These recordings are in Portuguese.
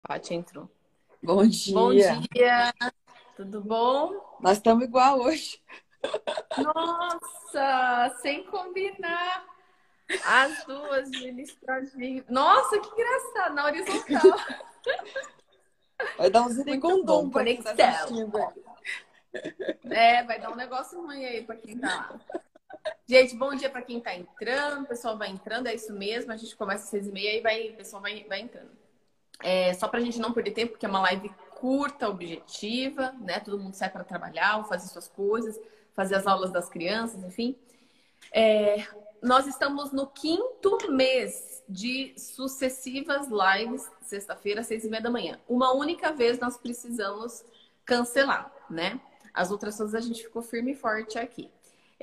Paty entrou. Bom Bom dia. dia, tudo bom? Nós estamos igual hoje. Nossa, sem combinar. As duas ministradinhas. Nossa, que engraçado, na horizontal. Vai dar um Muito bom, ziricundum para quem está conexão. assistindo. É, vai dar um negócio ruim aí para quem tá lá. Gente, bom dia para quem tá entrando. O pessoal vai entrando, é isso mesmo. A gente começa às 6h30 e o pessoal vai entrando. É, só pra gente não perder tempo, porque é uma live curta, objetiva, né? Todo mundo sai para trabalhar, ou fazer suas coisas, fazer as aulas das crianças, enfim. Nós estamos no 5º mês de sucessivas lives, sexta-feira, 6h30 da manhã. Uma única vez nós precisamos cancelar, né? As outras todas a gente ficou firme e forte aqui.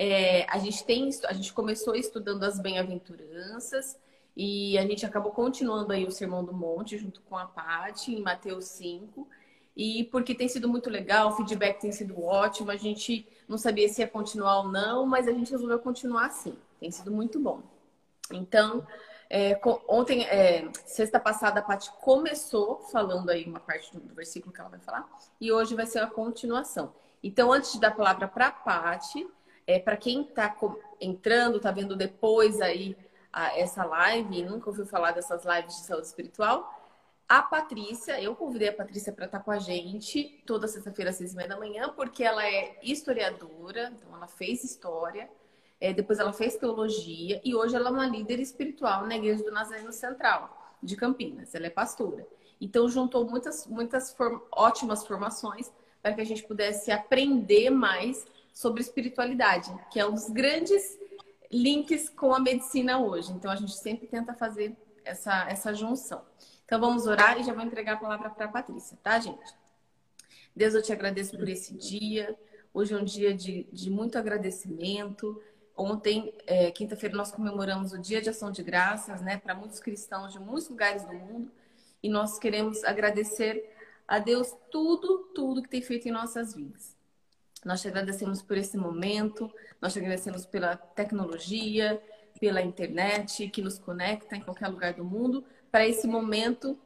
A gente começou estudando as bem-aventuranças e a gente acabou continuando aí o Sermão do Monte junto com a Paty em Mateus 5. E porque tem sido muito legal, o feedback tem sido ótimo, a gente não sabia se ia continuar ou não, mas a gente resolveu continuar sim. Tem sido muito bom. Então, ontem, sexta passada, a Paty começou falando aí uma parte do versículo que ela vai falar, e hoje vai ser a continuação. Então, antes de dar a palavra para a Paty, para quem está entrando, está vendo depois aí essa live, e nunca ouviu falar dessas lives de saúde espiritual, a Patrícia, eu convidei a Patrícia para estar com a gente toda sexta-feira às 6h30 da manhã, porque ela é historiadora, então ela fez história, depois ela fez teologia e hoje ela é uma líder espiritual na Igreja do Nazareno Central de Campinas. Ela é pastora. Então juntou muitas ótimas formações para que a gente pudesse aprender mais sobre espiritualidade, que é um dos grandes links com a medicina hoje. Então a gente sempre tenta fazer essa junção. Então vamos orar e já vou entregar a palavra para a Patrícia, tá, gente? Deus, eu te agradeço por esse dia. Hoje é um dia de muito agradecimento. Ontem, quinta-feira, nós comemoramos o Dia de Ação de Graças, né, para muitos cristãos de muitos lugares do mundo. E nós queremos agradecer a Deus tudo que tem feito em nossas vidas. Nós te agradecemos por esse momento, nós te agradecemos pela tecnologia, pela internet que nos conecta em qualquer lugar do mundo, para esse momento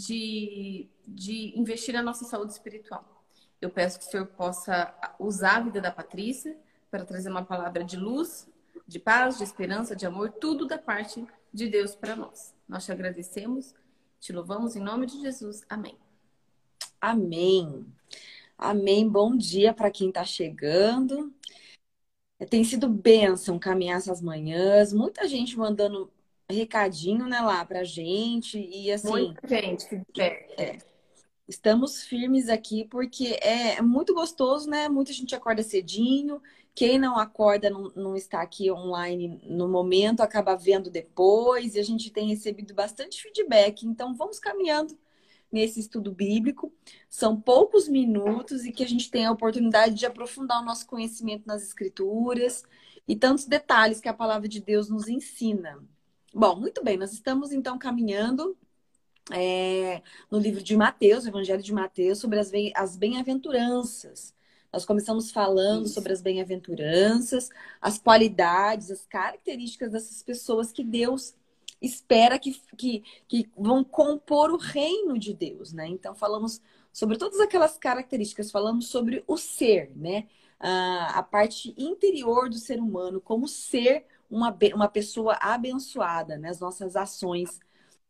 de investir na nossa saúde espiritual. Eu peço que o Senhor possa usar a vida da Patrícia para trazer uma palavra de luz, de paz, de esperança, de amor, tudo da parte de Deus para nós. Nós te agradecemos, te louvamos em nome de Jesus. Amém. Amém. Amém. Bom dia para quem está chegando. Tem sido bênção caminhar essas manhãs. Muita gente mandando recadinho, né, lá pra gente. E assim, Muita gente, feedback. estamos firmes aqui porque é muito gostoso, né? Muita gente acorda cedinho. Quem não acorda, não está aqui online no momento, acaba vendo depois. E a gente tem recebido bastante feedback. Então, vamos caminhando nesse estudo bíblico. São poucos minutos e que a gente tem a oportunidade de aprofundar o nosso conhecimento nas escrituras e tantos detalhes que a palavra de Deus nos ensina. Bom, muito bem, nós estamos então caminhando no livro de Mateus, o Evangelho de Mateus, sobre as bem-aventuranças. Nós começamos falando Isso. sobre as bem-aventuranças, as qualidades, as características dessas pessoas que Deus espera que vão compor o reino de Deus, né? Então, falamos sobre todas aquelas características, falamos sobre o ser, né? A parte interior do ser humano, como ser uma pessoa abençoada, né? As nossas ações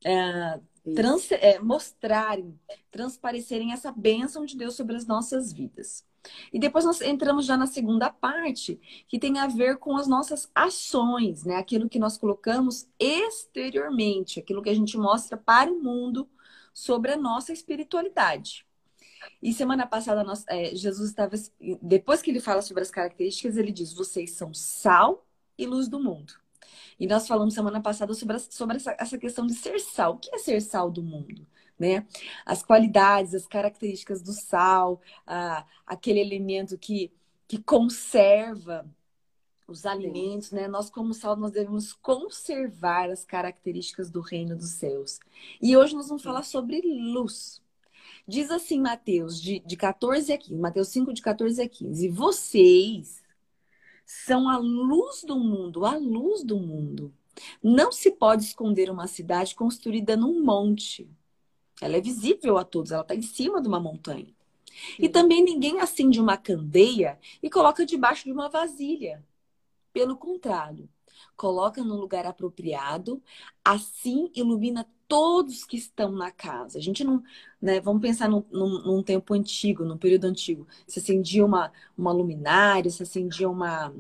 mostrarem, transparecerem essa bênção de Deus sobre as nossas vidas. E depois nós entramos já na segunda parte, que tem a ver com as nossas ações, né? Aquilo que nós colocamos exteriormente, aquilo que a gente mostra para o mundo sobre a nossa espiritualidade. E semana passada, Jesus estava, depois que ele fala sobre as características, ele diz: vocês são sal e luz do mundo. E nós falamos semana passada sobre essa questão de ser sal. O que é ser sal do mundo? Né? As qualidades, as características do sal, aquele elemento que conserva os alimentos, né? Nós, como sal, nós devemos conservar as características do reino dos céus. E hoje nós vamos falar sobre luz. Diz assim, Mateus, de 14 a 15, Mateus 5, de 14 a 15. E vocês são a luz do mundo, a luz do mundo. Não se pode esconder uma cidade construída num monte. Ela é visível a todos, ela está em cima de uma montanha. E Sim. também ninguém acende uma candeia e coloca debaixo de uma vasilha. Pelo contrário, coloca no lugar apropriado, assim ilumina todos que estão na casa. A gente não, né, vamos pensar num tempo antigo, num período antigo. Se acendia uma luminária, se acendia uma.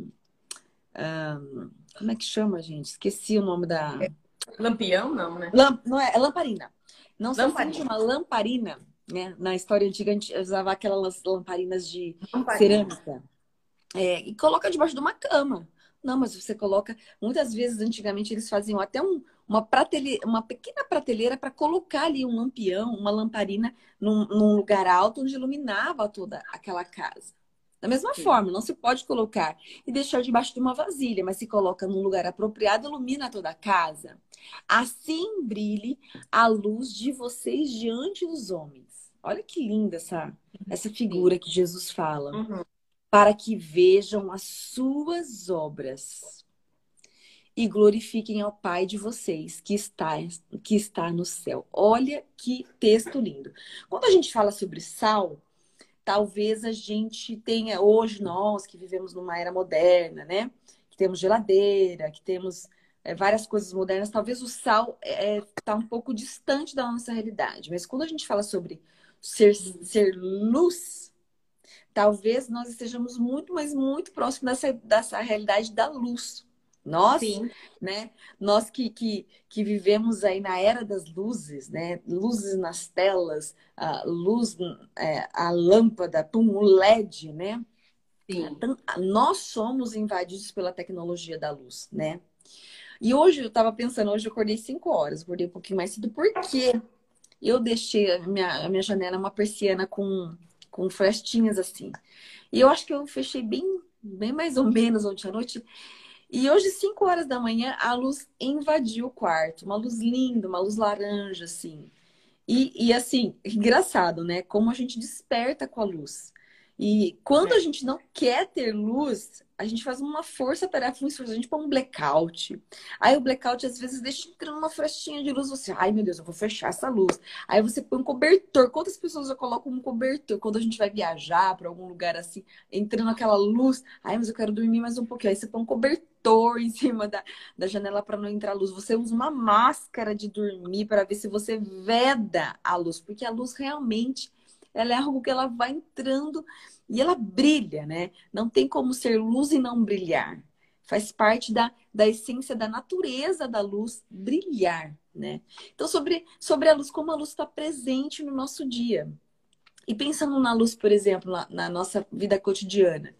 Como é que chama, gente? Esqueci o nome da. Lampião, não, né? Não é, é lamparina. Não se acende Lamparina. uma lamparina, né? Na história antiga, a gente usava aquelas lamparinas de Lamparina. cerâmica. E coloca debaixo de uma cama. Não, mas você coloca. Muitas vezes, antigamente, eles faziam até uma pequena prateleira para colocar ali um lampião, uma lamparina, num lugar alto onde iluminava toda aquela casa. Da mesma Sim. forma, não se pode colocar e deixar debaixo de uma vasilha, mas se coloca num lugar apropriado, ilumina toda a casa. Assim brilhe a luz de vocês diante dos homens. Olha que linda essa Sim. figura que Jesus fala Uhum. para que vejam as suas obras e glorifiquem ao Pai de vocês que está no céu. Olha que texto lindo. Quando a gente fala sobre sal, talvez a gente tenha, hoje nós que vivemos numa era moderna, né? Que temos geladeira, que temos várias coisas modernas, talvez o sal está um pouco distante da nossa realidade. Mas quando a gente fala sobre ser luz, talvez nós estejamos muito, mas muito próximos dessa realidade da luz. Nós, Sim. né? Nós que vivemos aí na era das luzes, né? Luzes nas telas, a luz, a lâmpada, o LED, né? Sim. Nós somos invadidos pela tecnologia da luz, né? E hoje eu estava pensando, hoje eu acordei 5 horas, acordei um pouquinho mais cedo, porque eu deixei a minha janela uma persiana com frestinhas assim. E eu acho que eu fechei bem mais ou menos ontem à noite. E hoje, 5 horas da manhã, a luz invadiu o quarto. Uma luz linda, uma luz laranja, assim. E assim, engraçado, né? Como a gente desperta com a luz. E quando a É. gente não quer ter luz, a gente faz uma força-tarefa, um esforço, a gente põe um blackout. Aí o blackout às vezes deixa entrando uma frestinha de luz, você, ai meu Deus, eu vou fechar essa luz. Aí você põe um cobertor. Quantas pessoas já colocam um cobertor quando a gente vai viajar para algum lugar assim, entrando aquela luz? Ai, mas eu quero dormir mais um pouquinho. Aí você põe um cobertor em cima da janela para não entrar luz. Você usa uma máscara de dormir para ver se você veda a luz, porque a luz realmente ela é algo que ela vai entrando e ela brilha, né? Não tem como ser luz e não brilhar. Faz parte da essência da natureza da luz brilhar, né? Então, sobre a luz, como a luz está presente no nosso dia. E pensando na luz, por exemplo, na nossa vida cotidiana,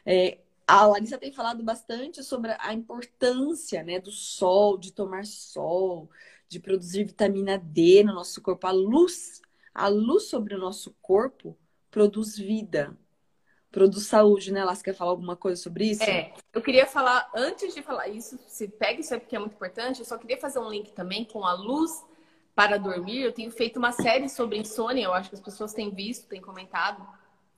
a Larissa tem falado bastante sobre a importância, né, do sol, de tomar sol, de produzir vitamina D no nosso corpo. A luz sobre o nosso corpo produz vida, produz saúde, né? Ela quer falar alguma coisa sobre isso? Eu queria falar, antes de falar isso, se pega isso aí porque é muito importante, eu só queria fazer um link também com a luz para dormir. Eu tenho feito uma série sobre insônia, eu acho que as pessoas têm visto, têm comentado.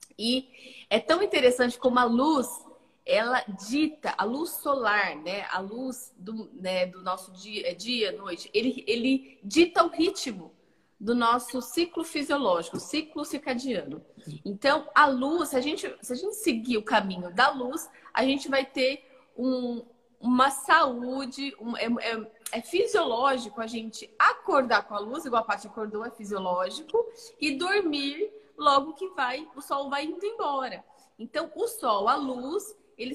E é tão interessante como a luz, ela dita, a luz solar, né? A luz do nosso dia, noite, ele dita o ritmo do nosso ciclo fisiológico, ciclo circadiano. Então, a luz, se a gente seguir o caminho da luz, a gente vai ter uma saúde, é fisiológico a gente acordar com a luz, igual a Paty acordou, é fisiológico, e dormir logo que o sol vai indo embora. Então, o sol, a luz,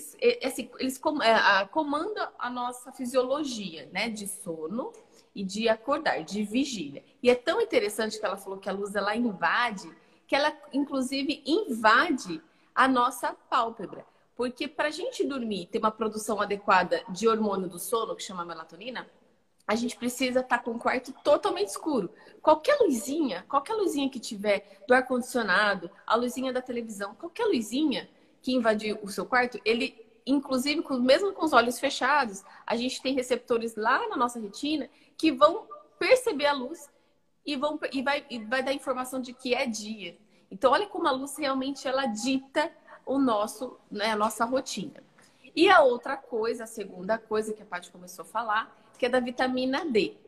eles comandam a nossa fisiologia, né? De sono e de acordar, de vigília. E é tão interessante que ela falou que a luz, ela invade, que ela, inclusive, invade a nossa pálpebra. Porque para a gente dormir, ter uma produção adequada de hormônio do sono, que chama melatonina, a gente precisa estar com o quarto totalmente escuro. Qualquer luzinha que tiver do ar-condicionado, a luzinha da televisão, qualquer luzinha que invadir o seu quarto, ele, inclusive, mesmo com os olhos fechados, a gente tem receptores lá na nossa retina que vão perceber a luz e vai dar informação de que é dia. Então, olha como a luz realmente ela dita a nossa rotina. E a outra coisa, a segunda coisa que a Paty começou a falar, que é da vitamina D.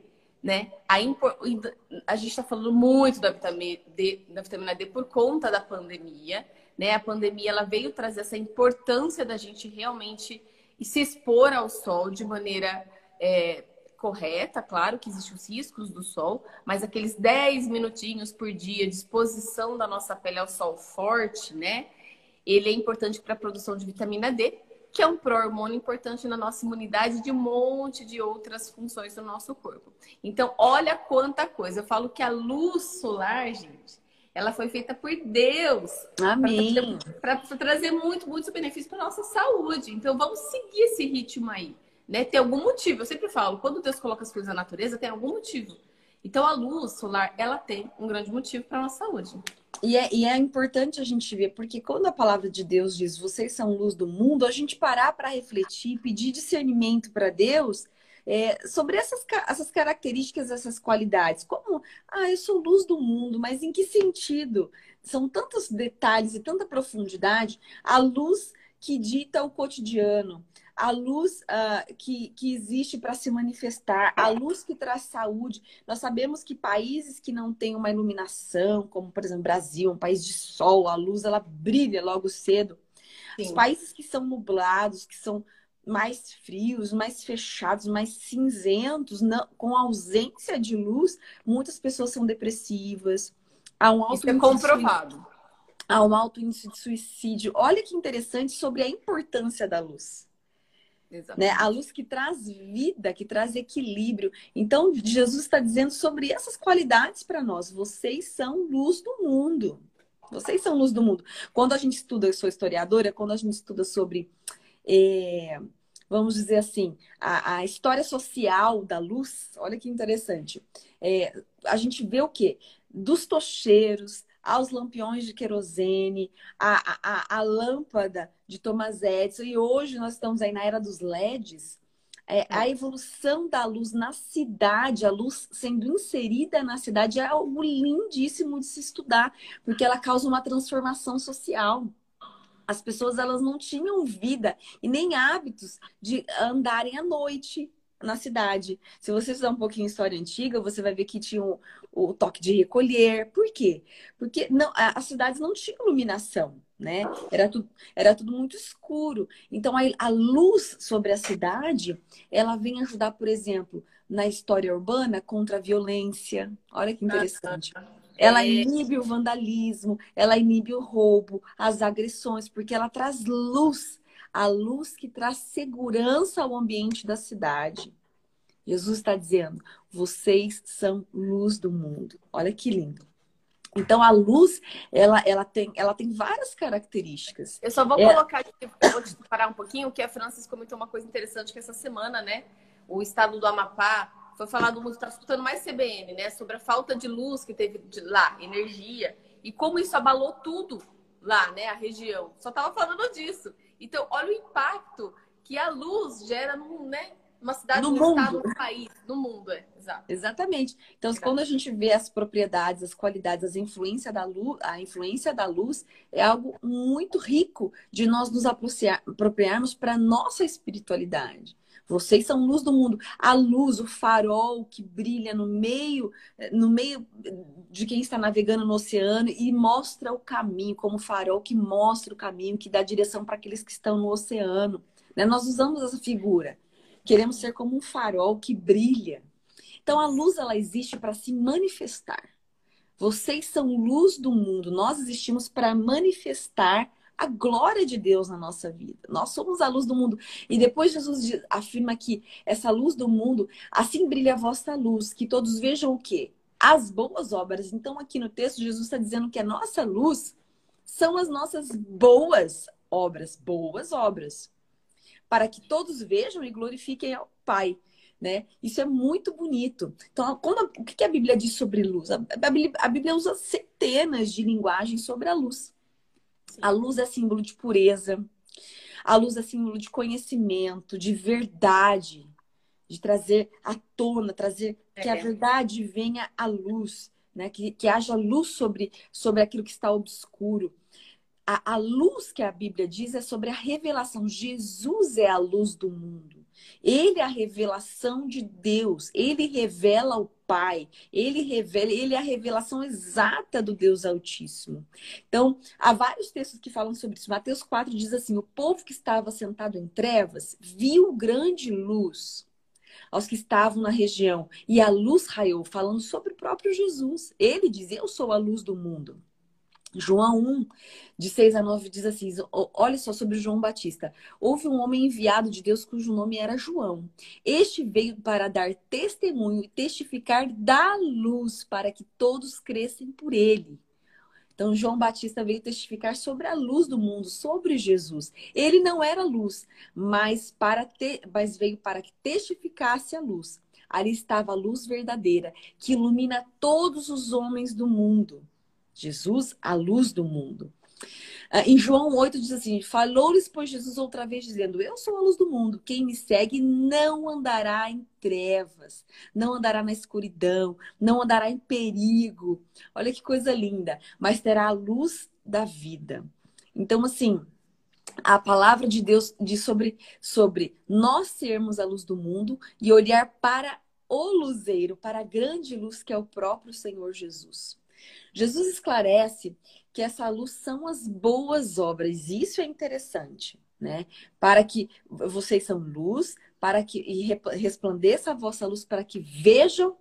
né? A gente está falando muito da vitamina D por conta da pandemia, né? A pandemia ela veio trazer essa importância da gente realmente se expor ao sol de maneira correta, claro que existem os riscos do sol, mas aqueles 10 minutinhos por dia de exposição da nossa pele ao sol forte, né? Ele é importante para a produção de vitamina D, que é um pró-hormônio importante na nossa imunidade e de um monte de outras funções do nosso corpo. Então, olha quanta coisa. Eu falo que a luz solar, gente, ela foi feita por Deus Amém. para trazer muitos benefícios para nossa saúde. Então, vamos seguir esse ritmo aí, né? Tem algum motivo. Eu sempre falo, quando Deus coloca as coisas na natureza, tem algum motivo. Então, a luz solar, ela tem um grande motivo para a nossa saúde. E é importante a gente ver, porque quando a palavra de Deus diz vocês são luz do mundo, a gente parar para refletir, pedir discernimento para Deus sobre essas características, essas qualidades. Como, eu sou luz do mundo, mas em que sentido? São tantos detalhes e tanta profundidade. A luz que dita o cotidiano, a luz que existe para se manifestar, a luz que traz saúde. Nós sabemos que países que não têm uma iluminação, como por exemplo Brasil, um país de sol, a luz ela brilha logo cedo. Sim. Os países que são nublados, que são mais frios, mais fechados, mais cinzentos, com ausência de luz, muitas pessoas são depressivas. Há um alto Isso é comprovado. Há um alto índice de suicídio. Olha que interessante sobre a importância da luz. Né? A luz que traz vida, que traz equilíbrio. Então, Jesus está dizendo sobre essas qualidades para nós. Vocês são luz do mundo. Vocês são luz do mundo. Quando a gente estuda, eu sou historiadora, quando a gente estuda sobre, vamos dizer assim, a história social da luz, olha que interessante. A gente vê o quê? Dos tocheiros aos lampiões de querosene, a lâmpada de Thomas Edison, e hoje nós estamos aí na era dos LEDs, a evolução da luz na cidade, a luz sendo inserida na cidade é algo lindíssimo de se estudar, porque ela causa uma transformação social. As pessoas elas não tinham vida e nem hábitos de andarem à noite na cidade. Se você estudar um pouquinho história antiga, você vai ver que tinha o toque de recolher. Por quê? Porque as cidades não tinham iluminação, né? Era tudo muito escuro. Então, a luz sobre a cidade, ela vem ajudar, por exemplo, na história urbana contra a violência. Olha que interessante. Ela inibe o vandalismo, ela inibe o roubo, as agressões, porque ela traz luz. A luz que traz segurança ao ambiente da cidade. Jesus está dizendo, vocês são luz do mundo. Olha que lindo. Então, a luz, ela tem várias características. Eu só vou colocar aqui, eu vou te parar um pouquinho, que a Francis comentou uma coisa interessante que essa semana, né? O estado do Amapá foi falado muito, estava escutando mais CBN, né? Sobre a falta de luz que teve lá, energia, e como isso abalou tudo lá, né? A região. Só estava falando disso. Então, olha o impacto que a luz gera numa cidade, no estado, no país, no mundo. Exato. Exatamente. Então, quando a gente vê as propriedades, as qualidades, a influência da luz é algo muito rico de nós nos apropriarmos para a nossa espiritualidade. Vocês são luz do mundo. A luz, o farol que brilha no meio de quem está navegando no oceano e mostra o caminho, como farol que mostra o caminho, que dá direção para aqueles que estão no oceano. Né? Nós usamos essa figura. Queremos ser como um farol que brilha. Então, a luz, ela existe para se manifestar. Vocês são luz do mundo. Nós existimos para manifestar a glória de Deus na nossa vida. Nós somos a luz do mundo. E depois Jesus afirma que essa luz do mundo, assim brilha a vossa luz, que todos vejam o quê? As boas obras. Então, aqui no texto, Jesus está dizendo que a nossa luz são as nossas boas obras. Boas obras. Para que todos vejam e glorifiquem ao Pai. Né? Isso é muito bonito. Então, o que a Bíblia diz sobre luz? A Bíblia usa centenas de linguagens sobre a luz. A luz é símbolo de pureza. A luz é símbolo de conhecimento, de verdade, de trazer à tona, que a verdade venha à luz, né? Que haja luz sobre aquilo que está obscuro. A luz que a Bíblia diz é sobre a revelação. Jesus é a luz do mundo. Ele é a revelação de Deus. Ele revela o Pai. Ele é a revelação exata do Deus Altíssimo. Então, há vários textos que falam sobre isso. Mateus 4 diz assim: o povo que estava sentado em trevas viu grande luz aos que estavam na região. E a luz raiou, falando sobre o próprio Jesus. Ele diz: eu sou a luz do mundo. João 1, de 6 a 9, diz assim, olha só sobre João Batista. Houve um homem enviado de Deus cujo nome era João. Este veio para dar testemunho e testificar da luz para que todos crescem por ele. Então, João Batista veio testificar sobre a luz do mundo, sobre Jesus. Ele não era luz, mas veio para que testificasse a luz. Ali estava a luz verdadeira, que ilumina todos os homens do mundo. Jesus, a luz do mundo. Em João 8 diz assim: falou-lhes, pois, Jesus outra vez, dizendo: eu sou a luz do mundo. Quem me segue não andará em trevas, não andará na escuridão, não andará em perigo. Olha que coisa linda. Mas terá a luz da vida. Então, assim, a palavra de Deus diz sobre nós sermos a luz do mundo e olhar para o luzeiro, para a grande luz que é o próprio Senhor Jesus. Jesus esclarece que essa luz são as boas obras. E isso é interessante, né? Para que vocês são luz, para que resplandeça a vossa luz, para que vejam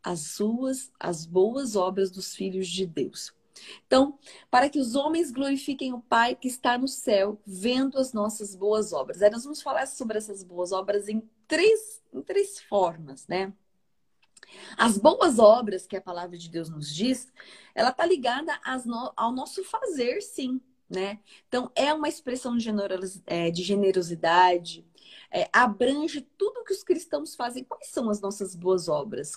as boas obras dos filhos de Deus. Então, para que os homens glorifiquem o Pai que está no céu, vendo as nossas boas obras. Aí nós vamos falar sobre essas boas obras em três formas, né? As boas obras que a palavra de Deus nos diz, ela está ligada ao nosso fazer, sim, né? Então, é uma expressão de generosidade, abrange tudo que os cristãos fazem. Quais são as nossas boas obras?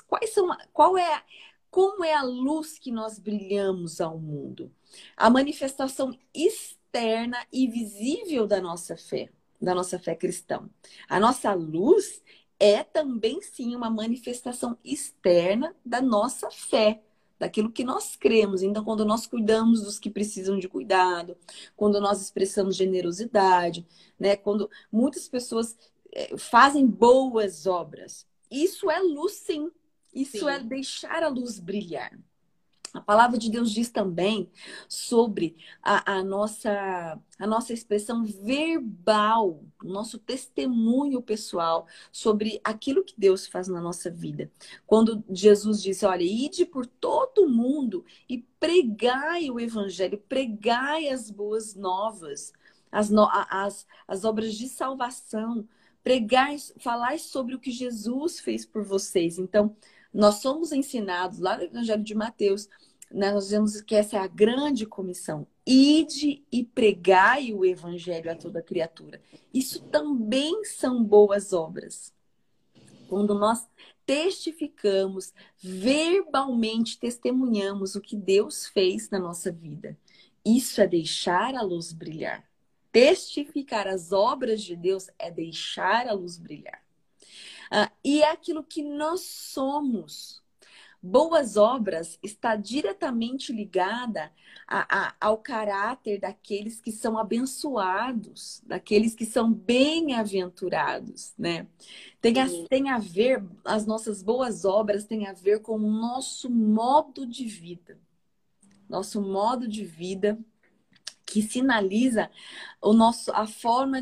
Como é a luz que nós brilhamos ao mundo? A manifestação externa e visível da nossa fé cristã. A nossa luz é também, sim, uma manifestação externa da nossa fé, daquilo que nós cremos. Então, quando nós cuidamos dos que precisam de cuidado, quando nós expressamos generosidade, né? Quando muitas pessoas fazem boas obras, isso é luz, sim. Isso é deixar a luz brilhar. A palavra de Deus diz também sobre a nossa expressão verbal, o nosso testemunho pessoal sobre aquilo que Deus faz na nossa vida. Quando Jesus disse: olha, ide por todo mundo e pregai o evangelho, pregai as boas novas, as obras de salvação, pregai, falai sobre o que Jesus fez por vocês. Então, nós somos ensinados lá no Evangelho de Mateus, nós vemos que essa é a grande comissão. Ide e pregai o Evangelho a toda criatura. Isso também são boas obras. Quando nós testificamos, verbalmente testemunhamos o que Deus fez na nossa vida. Isso é deixar a luz brilhar. Testificar as obras de Deus é deixar a luz brilhar. E é aquilo que nós somos. Boas obras está diretamente ligada ao caráter daqueles que são abençoados, daqueles que são bem-aventurados, né? Tem a ver, as nossas boas obras têm a ver com o nosso modo de vida. Nosso modo de vida que sinaliza a forma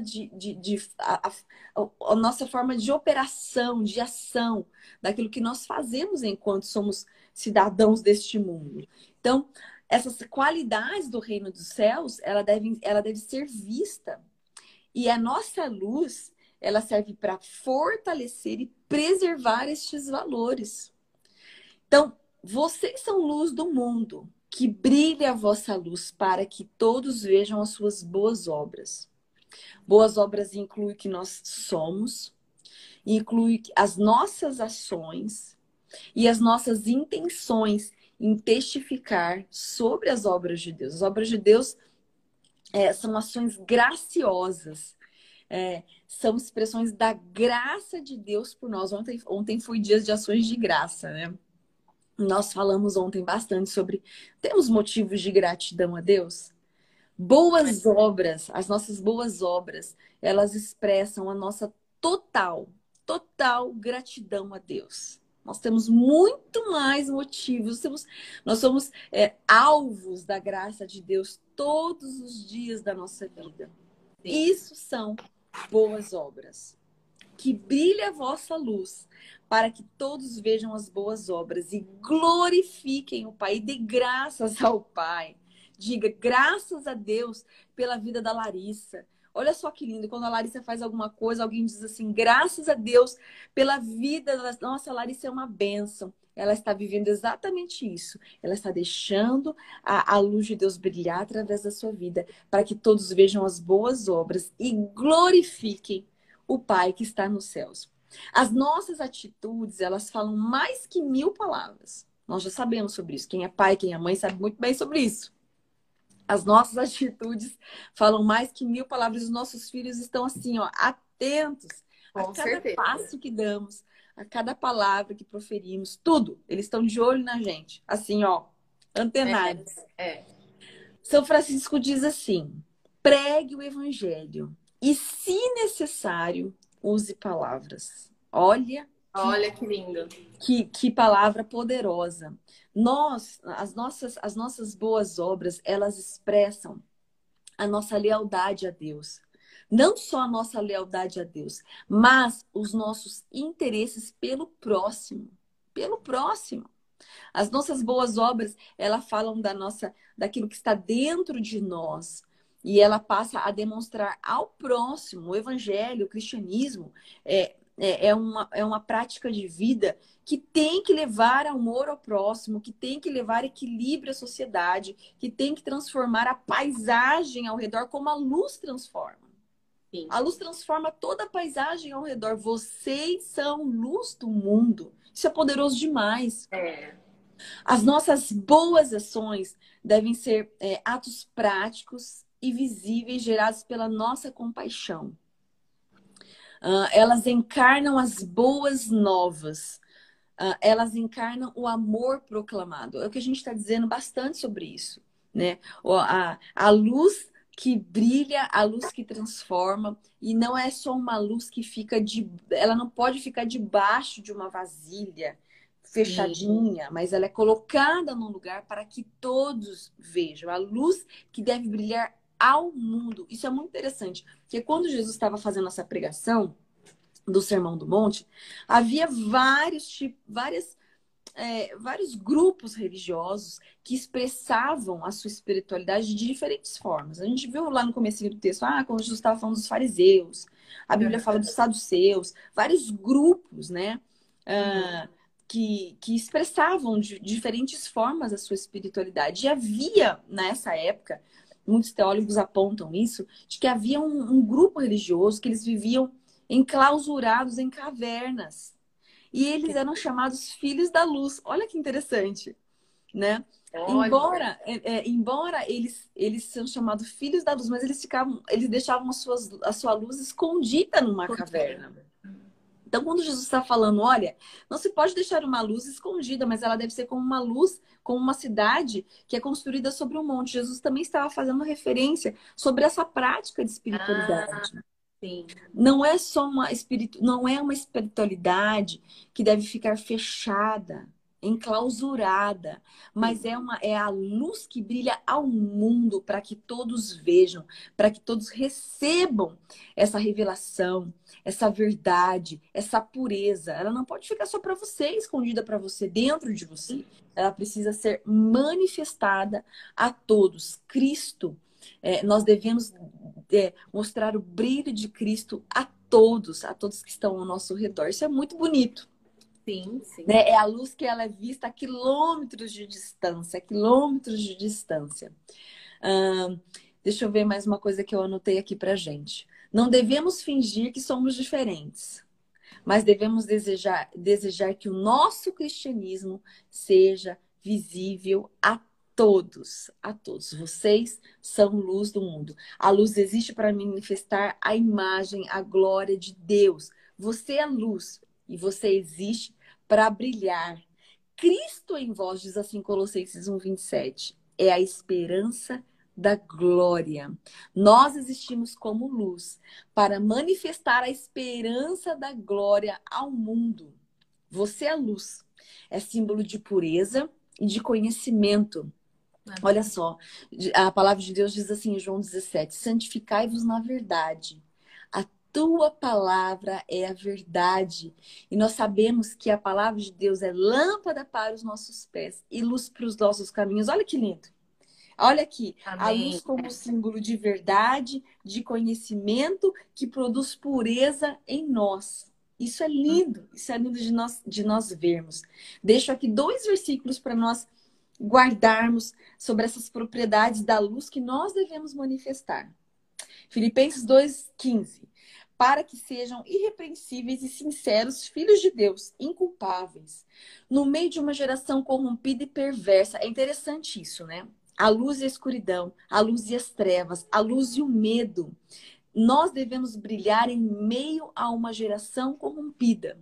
a nossa forma de operação, de ação, daquilo que nós fazemos enquanto somos cidadãos deste mundo. Então, essas qualidades do reino dos céus, ela deve ser vista. E a nossa luz, ela serve para fortalecer e preservar estes valores. Então, vocês são luz do mundo. Que brilhe a vossa luz para que todos vejam as suas boas obras. Boas obras inclui o que nós somos, inclui as nossas ações e as nossas intenções em testificar sobre as obras de Deus. As obras de Deus são ações graciosas, são expressões da graça de Deus por nós. Ontem foi dia de ações de graça, né? Nós falamos ontem bastante sobre... Temos motivos de gratidão a Deus? Boas obras, as nossas boas obras, elas expressam a nossa total total gratidão a Deus. Nós temos muito mais motivos. Nós somos alvos da graça de Deus todos os dias da nossa vida. Sim. Isso são boas obras. Que brilhe a vossa luz, para que todos vejam as boas obras e glorifiquem o Pai. E dê graças ao Pai. Diga graças a Deus pela vida da Larissa. Olha só que lindo, quando a Larissa faz alguma coisa, alguém diz assim, graças a Deus pela vida. Nossa, a Larissa é uma bênção. Ela está vivendo exatamente isso. Ela está deixando a luz de Deus brilhar através da sua vida, para que todos vejam as boas obras e glorifiquem o Pai que está nos céus. As nossas atitudes, elas falam mais que 1000 palavras. Nós já sabemos sobre isso. Quem é pai, quem é mãe, sabe muito bem sobre isso. As nossas atitudes falam mais que 1000 palavras. Os nossos filhos estão assim, ó, atentos a cada passo que damos, a cada palavra que proferimos, tudo. Eles estão de olho na gente, assim, ó, antenados. São Francisco diz assim: pregue o evangelho e, se necessário, use palavras. Olha que lindo. Que palavra poderosa. As nossas boas obras, elas expressam a nossa lealdade a Deus. Não só a nossa lealdade a Deus, mas os nossos interesses pelo próximo. Pelo próximo. As nossas boas obras, elas falam daquilo que está dentro de nós. E ela passa a demonstrar ao próximo. O evangelho, o cristianismo, é uma prática de vida que tem que levar amor ao próximo, que tem que levar equilíbrio à sociedade, que tem que transformar a paisagem ao redor como a luz transforma. Sim. A luz transforma toda a paisagem ao redor. Vocês são luz do mundo. Isso é poderoso demais. As nossas boas ações devem ser atos práticos e visíveis, gerados pela nossa compaixão. Elas encarnam as boas novas. Elas encarnam o amor proclamado. É o que a gente está dizendo bastante sobre isso, né? A luz que brilha, a luz que transforma, e não é só uma luz que ela não pode ficar debaixo de uma vasilha fechadinha, mas ela é colocada num lugar para que todos vejam. A luz que deve brilhar ao mundo. Isso é muito interessante, porque quando Jesus estava fazendo essa pregação do Sermão do Monte, havia vários grupos religiosos que expressavam a sua espiritualidade de diferentes formas. A gente viu lá no comecinho do texto, quando Jesus estava falando dos fariseus, a Bíblia fala dos saduceus, vários grupos, né? Que expressavam de diferentes formas a sua espiritualidade. E havia, nessa época, muitos teólogos apontam isso, de que havia um grupo religioso que eles viviam enclausurados em cavernas. E eles eram chamados filhos da luz. Olha que interessante, né? Embora eles sejam chamados filhos da luz, mas eles deixavam a sua luz escondida numa caverna. Então, quando Jesus está falando, olha, não se pode deixar uma luz escondida, mas ela deve ser como uma luz, como uma cidade que é construída sobre um monte. Jesus também estava fazendo referência sobre essa prática de espiritualidade. Sim. Não é uma espiritualidade que deve ficar fechada, enclausurada, mas é a luz que brilha ao mundo para que todos vejam, para que todos recebam essa revelação, essa verdade, essa pureza. Ela não pode ficar só para você, escondida para você, dentro de você. Ela precisa ser manifestada a todos. Cristo, nós devemos mostrar o brilho de Cristo a todos que estão ao nosso redor. Isso é muito bonito. Sim, sim. Né? É a luz que ela é vista a quilômetros de distância, Deixa eu ver mais uma coisa que eu anotei aqui pra gente. Não devemos fingir que somos diferentes, mas devemos desejar que o nosso cristianismo seja visível a todos. Vocês são luz do mundo. A luz existe para manifestar a imagem, a glória de Deus. Você é luz e você existe para brilhar. Cristo em vós, diz assim Colossenses 1:27, é a esperança da glória. Nós existimos como luz para manifestar a esperança da glória ao mundo. Você é luz. É símbolo de pureza e de conhecimento. Olha só, a palavra de Deus diz assim em João 17: santificai-vos na verdade. A tua palavra é a verdade. E nós sabemos que a palavra de Deus é lâmpada para os nossos pés e luz para os nossos caminhos. Olha que lindo. Olha aqui, a Amém. luz como símbolo de verdade, de conhecimento, que produz pureza em nós. Isso é lindo de nós vermos. Deixo aqui 2 versículos para nós guardarmos sobre essas propriedades da luz que nós devemos manifestar. Filipenses 2,15. Para que sejam irrepreensíveis e sinceros, filhos de Deus, inculpáveis, no meio de uma geração corrompida e perversa. É interessante isso, né? A luz e a escuridão, a luz e as trevas, a luz e o medo. Nós devemos brilhar em meio a uma geração corrompida,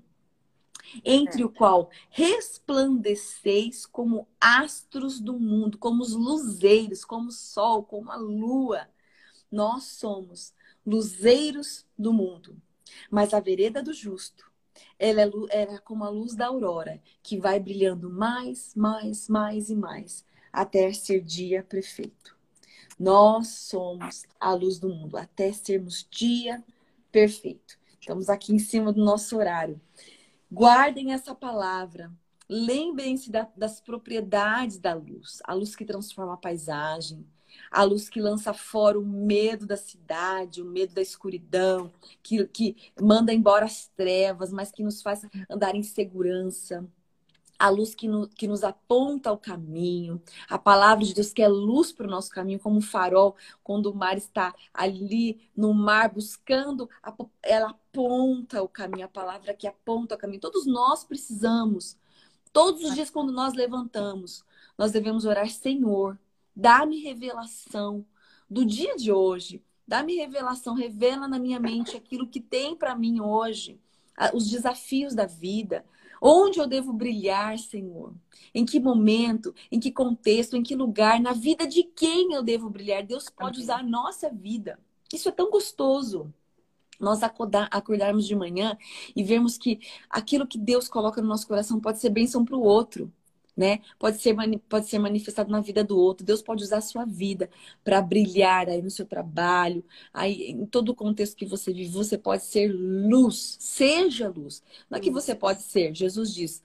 entre o qual resplandeceis como astros do mundo, como os luzeiros, como o sol, como a lua. Nós somos luzeiros do mundo. Mas a vereda do justo, ela é como a luz da aurora, que vai brilhando mais, mais, mais e mais, até ser dia perfeito. Nós somos a luz do mundo, até sermos dia perfeito. Estamos aqui em cima do nosso horário. Guardem essa palavra. Lembrem-se das propriedades da luz. A luz que transforma a paisagem. A luz que lança fora o medo da cidade, o medo da escuridão. Que manda embora as trevas, mas que nos faz andar em segurança. A luz que nos aponta o caminho. A palavra de Deus que é luz para o nosso caminho, como um farol. Quando o mar está ali no mar buscando, ela aponta o caminho. A palavra que aponta o caminho. Todos nós precisamos. Todos os dias quando nós levantamos, nós devemos orar: Senhor, dá-me revelação do dia de hoje. Dá-me revelação, revela na minha mente aquilo que tem para mim hoje. Os desafios da vida. Onde eu devo brilhar, Senhor? Em que momento? Em que contexto? Em que lugar? Na vida de quem eu devo brilhar? Deus pode usar a nossa vida. Isso é tão gostoso. Nós acordarmos de manhã e vermos que aquilo que Deus coloca no nosso coração pode ser bênção para o outro, né? Pode ser manifestado na vida do outro. Deus pode usar a sua vida para brilhar aí no seu trabalho, aí em todo o contexto que você vive. Você pode ser luz, seja luz. Não é que você pode ser, Jesus diz: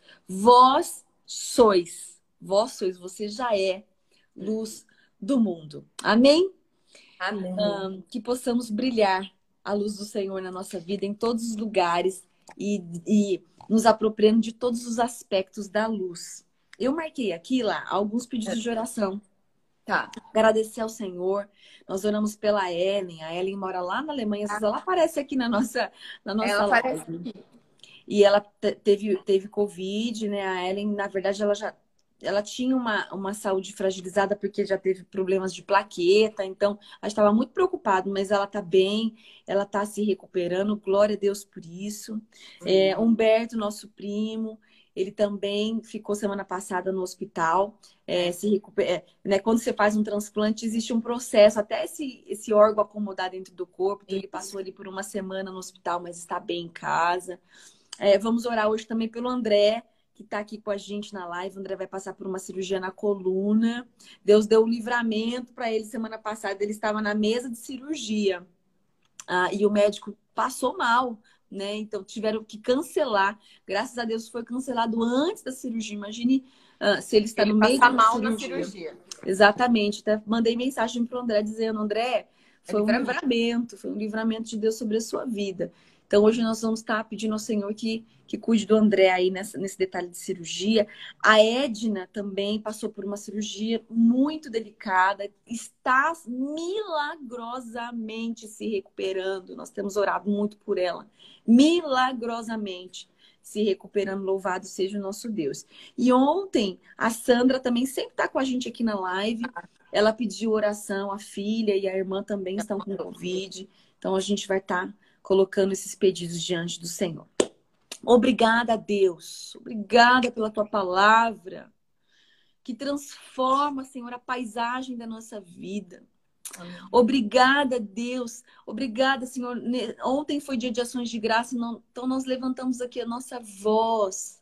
vós sois, você já é luz do mundo. Amém? Amém. Que possamos brilhar a luz do Senhor na nossa vida, em todos os lugares e nos apropriando de todos os aspectos da luz. Eu marquei aqui lá alguns pedidos de oração. Tá. Agradecer ao Senhor. Nós oramos pela Ellen. A Ellen mora lá na Alemanha. Às vezes ela aparece aqui na nossa Ela live. parece aqui. E ela teve Covid, né? A Ellen, na verdade, ela tinha uma saúde fragilizada porque já teve problemas de plaqueta, então a gente estava muito preocupado, mas ela está bem, ela está se recuperando, glória a Deus por isso. Humberto, nosso primo, ele também ficou semana passada no hospital, né? Quando você faz um transplante, existe um processo, até esse órgão acomodar dentro do corpo, então ele passou ali por uma semana no hospital, mas está bem em casa. Vamos orar hoje também pelo André, que está aqui com a gente na live. O André vai passar por uma cirurgia na coluna. Deus deu um livramento para ele semana passada. Ele estava na mesa de cirurgia. E o médico passou mal, né? Então tiveram que cancelar. Graças a Deus foi cancelado antes da cirurgia. Imagine se ele está no meio da mal cirurgia. na cirurgia. Exatamente. Até mandei mensagem para o André dizendo: André, foi um livramento de Deus sobre a sua vida. Então, hoje nós vamos estar pedindo ao Senhor que cuide do André aí nesse detalhe de cirurgia. A Edna também passou por uma cirurgia muito delicada, está milagrosamente se recuperando. Nós temos orado muito por ela. Milagrosamente se recuperando, louvado seja o nosso Deus. E ontem, a Sandra também sempre está com a gente aqui na live. Ela pediu oração, a filha e a irmã também estão com Covid. Então, a gente vai estar colocando esses pedidos diante do Senhor. Obrigada, Deus. Obrigada pela tua palavra, que transforma, Senhor, a paisagem da nossa vida. Amém. Obrigada, Deus. Obrigada, Senhor. Ontem foi dia de ações de graça, então nós levantamos aqui a nossa voz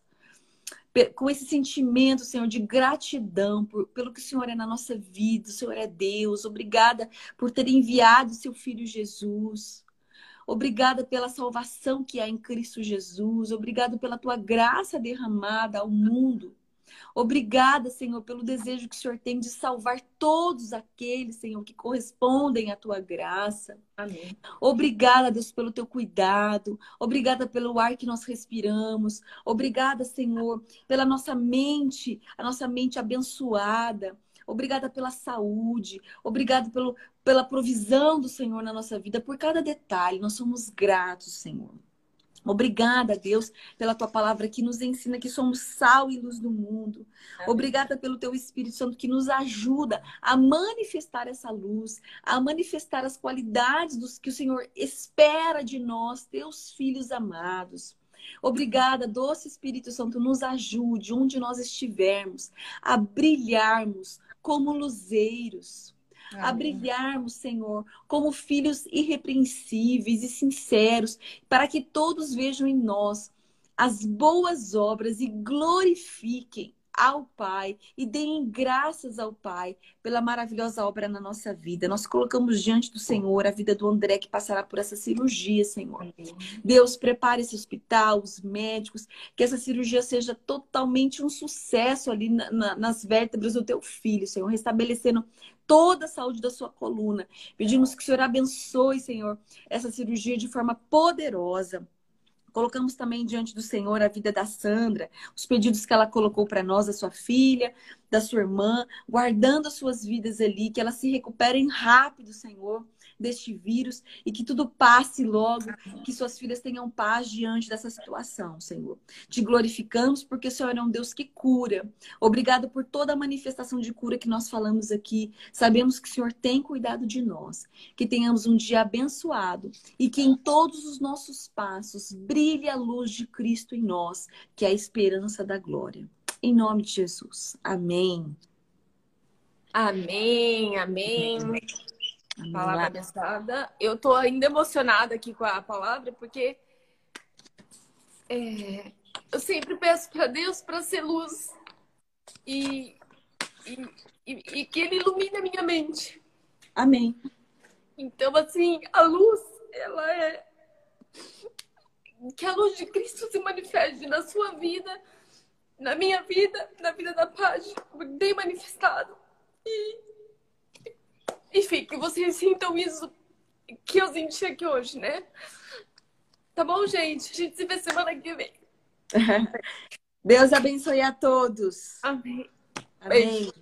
com esse sentimento, Senhor, de gratidão pelo que o Senhor é na nossa vida. O Senhor é Deus. Obrigada por ter enviado o seu Filho Jesus. Obrigada pela salvação que há em Cristo Jesus. Obrigada pela tua graça derramada ao mundo. Obrigada, Senhor, pelo desejo que o Senhor tem de salvar todos aqueles, Senhor, que correspondem à tua graça. Amém. Obrigada, Deus, pelo teu cuidado. Obrigada pelo ar que nós respiramos. Obrigada, Senhor, pela nossa mente, a nossa mente abençoada. Obrigada pela saúde. Obrigada pela provisão do Senhor na nossa vida, por cada detalhe. Nós somos gratos, Senhor. Obrigada, Deus, pela tua palavra que nos ensina que somos sal e luz do mundo. Amém. Obrigada pelo teu Espírito Santo que nos ajuda a manifestar essa luz, a manifestar as qualidades que o Senhor espera de nós, teus filhos amados. Obrigada, doce Espírito Santo, nos ajude onde nós estivermos a brilharmos como luzeiros. A brilharmos, Senhor, como filhos irrepreensíveis e sinceros, para que todos vejam em nós as boas obras e glorifiquem ao Pai e deem graças ao Pai pela maravilhosa obra na nossa vida. Nós colocamos diante do Senhor a vida do André que passará por essa cirurgia, Senhor. Deus, prepare esse hospital, os médicos, que essa cirurgia seja totalmente um sucesso ali nas vértebras do teu filho, Senhor, restabelecendo toda a saúde da sua coluna. Pedimos que o Senhor abençoe, Senhor, essa cirurgia de forma poderosa. Colocamos também diante do Senhor a vida da Sandra, os pedidos que ela colocou para nós, da sua filha, da sua irmã, guardando as suas vidas ali, que elas se recuperem rápido, Senhor, deste vírus e que tudo passe logo, que suas filhas tenham paz diante dessa situação, Senhor. Te glorificamos porque o Senhor é um Deus que cura. Obrigado por toda a manifestação de cura que nós falamos aqui. Sabemos que o Senhor tem cuidado de nós, que tenhamos um dia abençoado e que em todos os nossos passos brilhe a luz de Cristo em nós, que é a esperança da glória. Em nome de Jesus. Amém. Amém, amém. Palavra abençoada. Eu tô ainda emocionada aqui com a palavra, porque eu sempre peço para Deus para ser luz e que Ele ilumine a minha mente. Amém. Então, assim, a luz, ela é... Que a luz de Cristo se manifeste na sua vida, na minha vida, na vida da Paty, bem manifestado. Enfim, que vocês sintam isso que eu senti aqui hoje, né? Tá bom, gente? A gente se vê semana que vem. Deus abençoe a todos. Amém. Amém.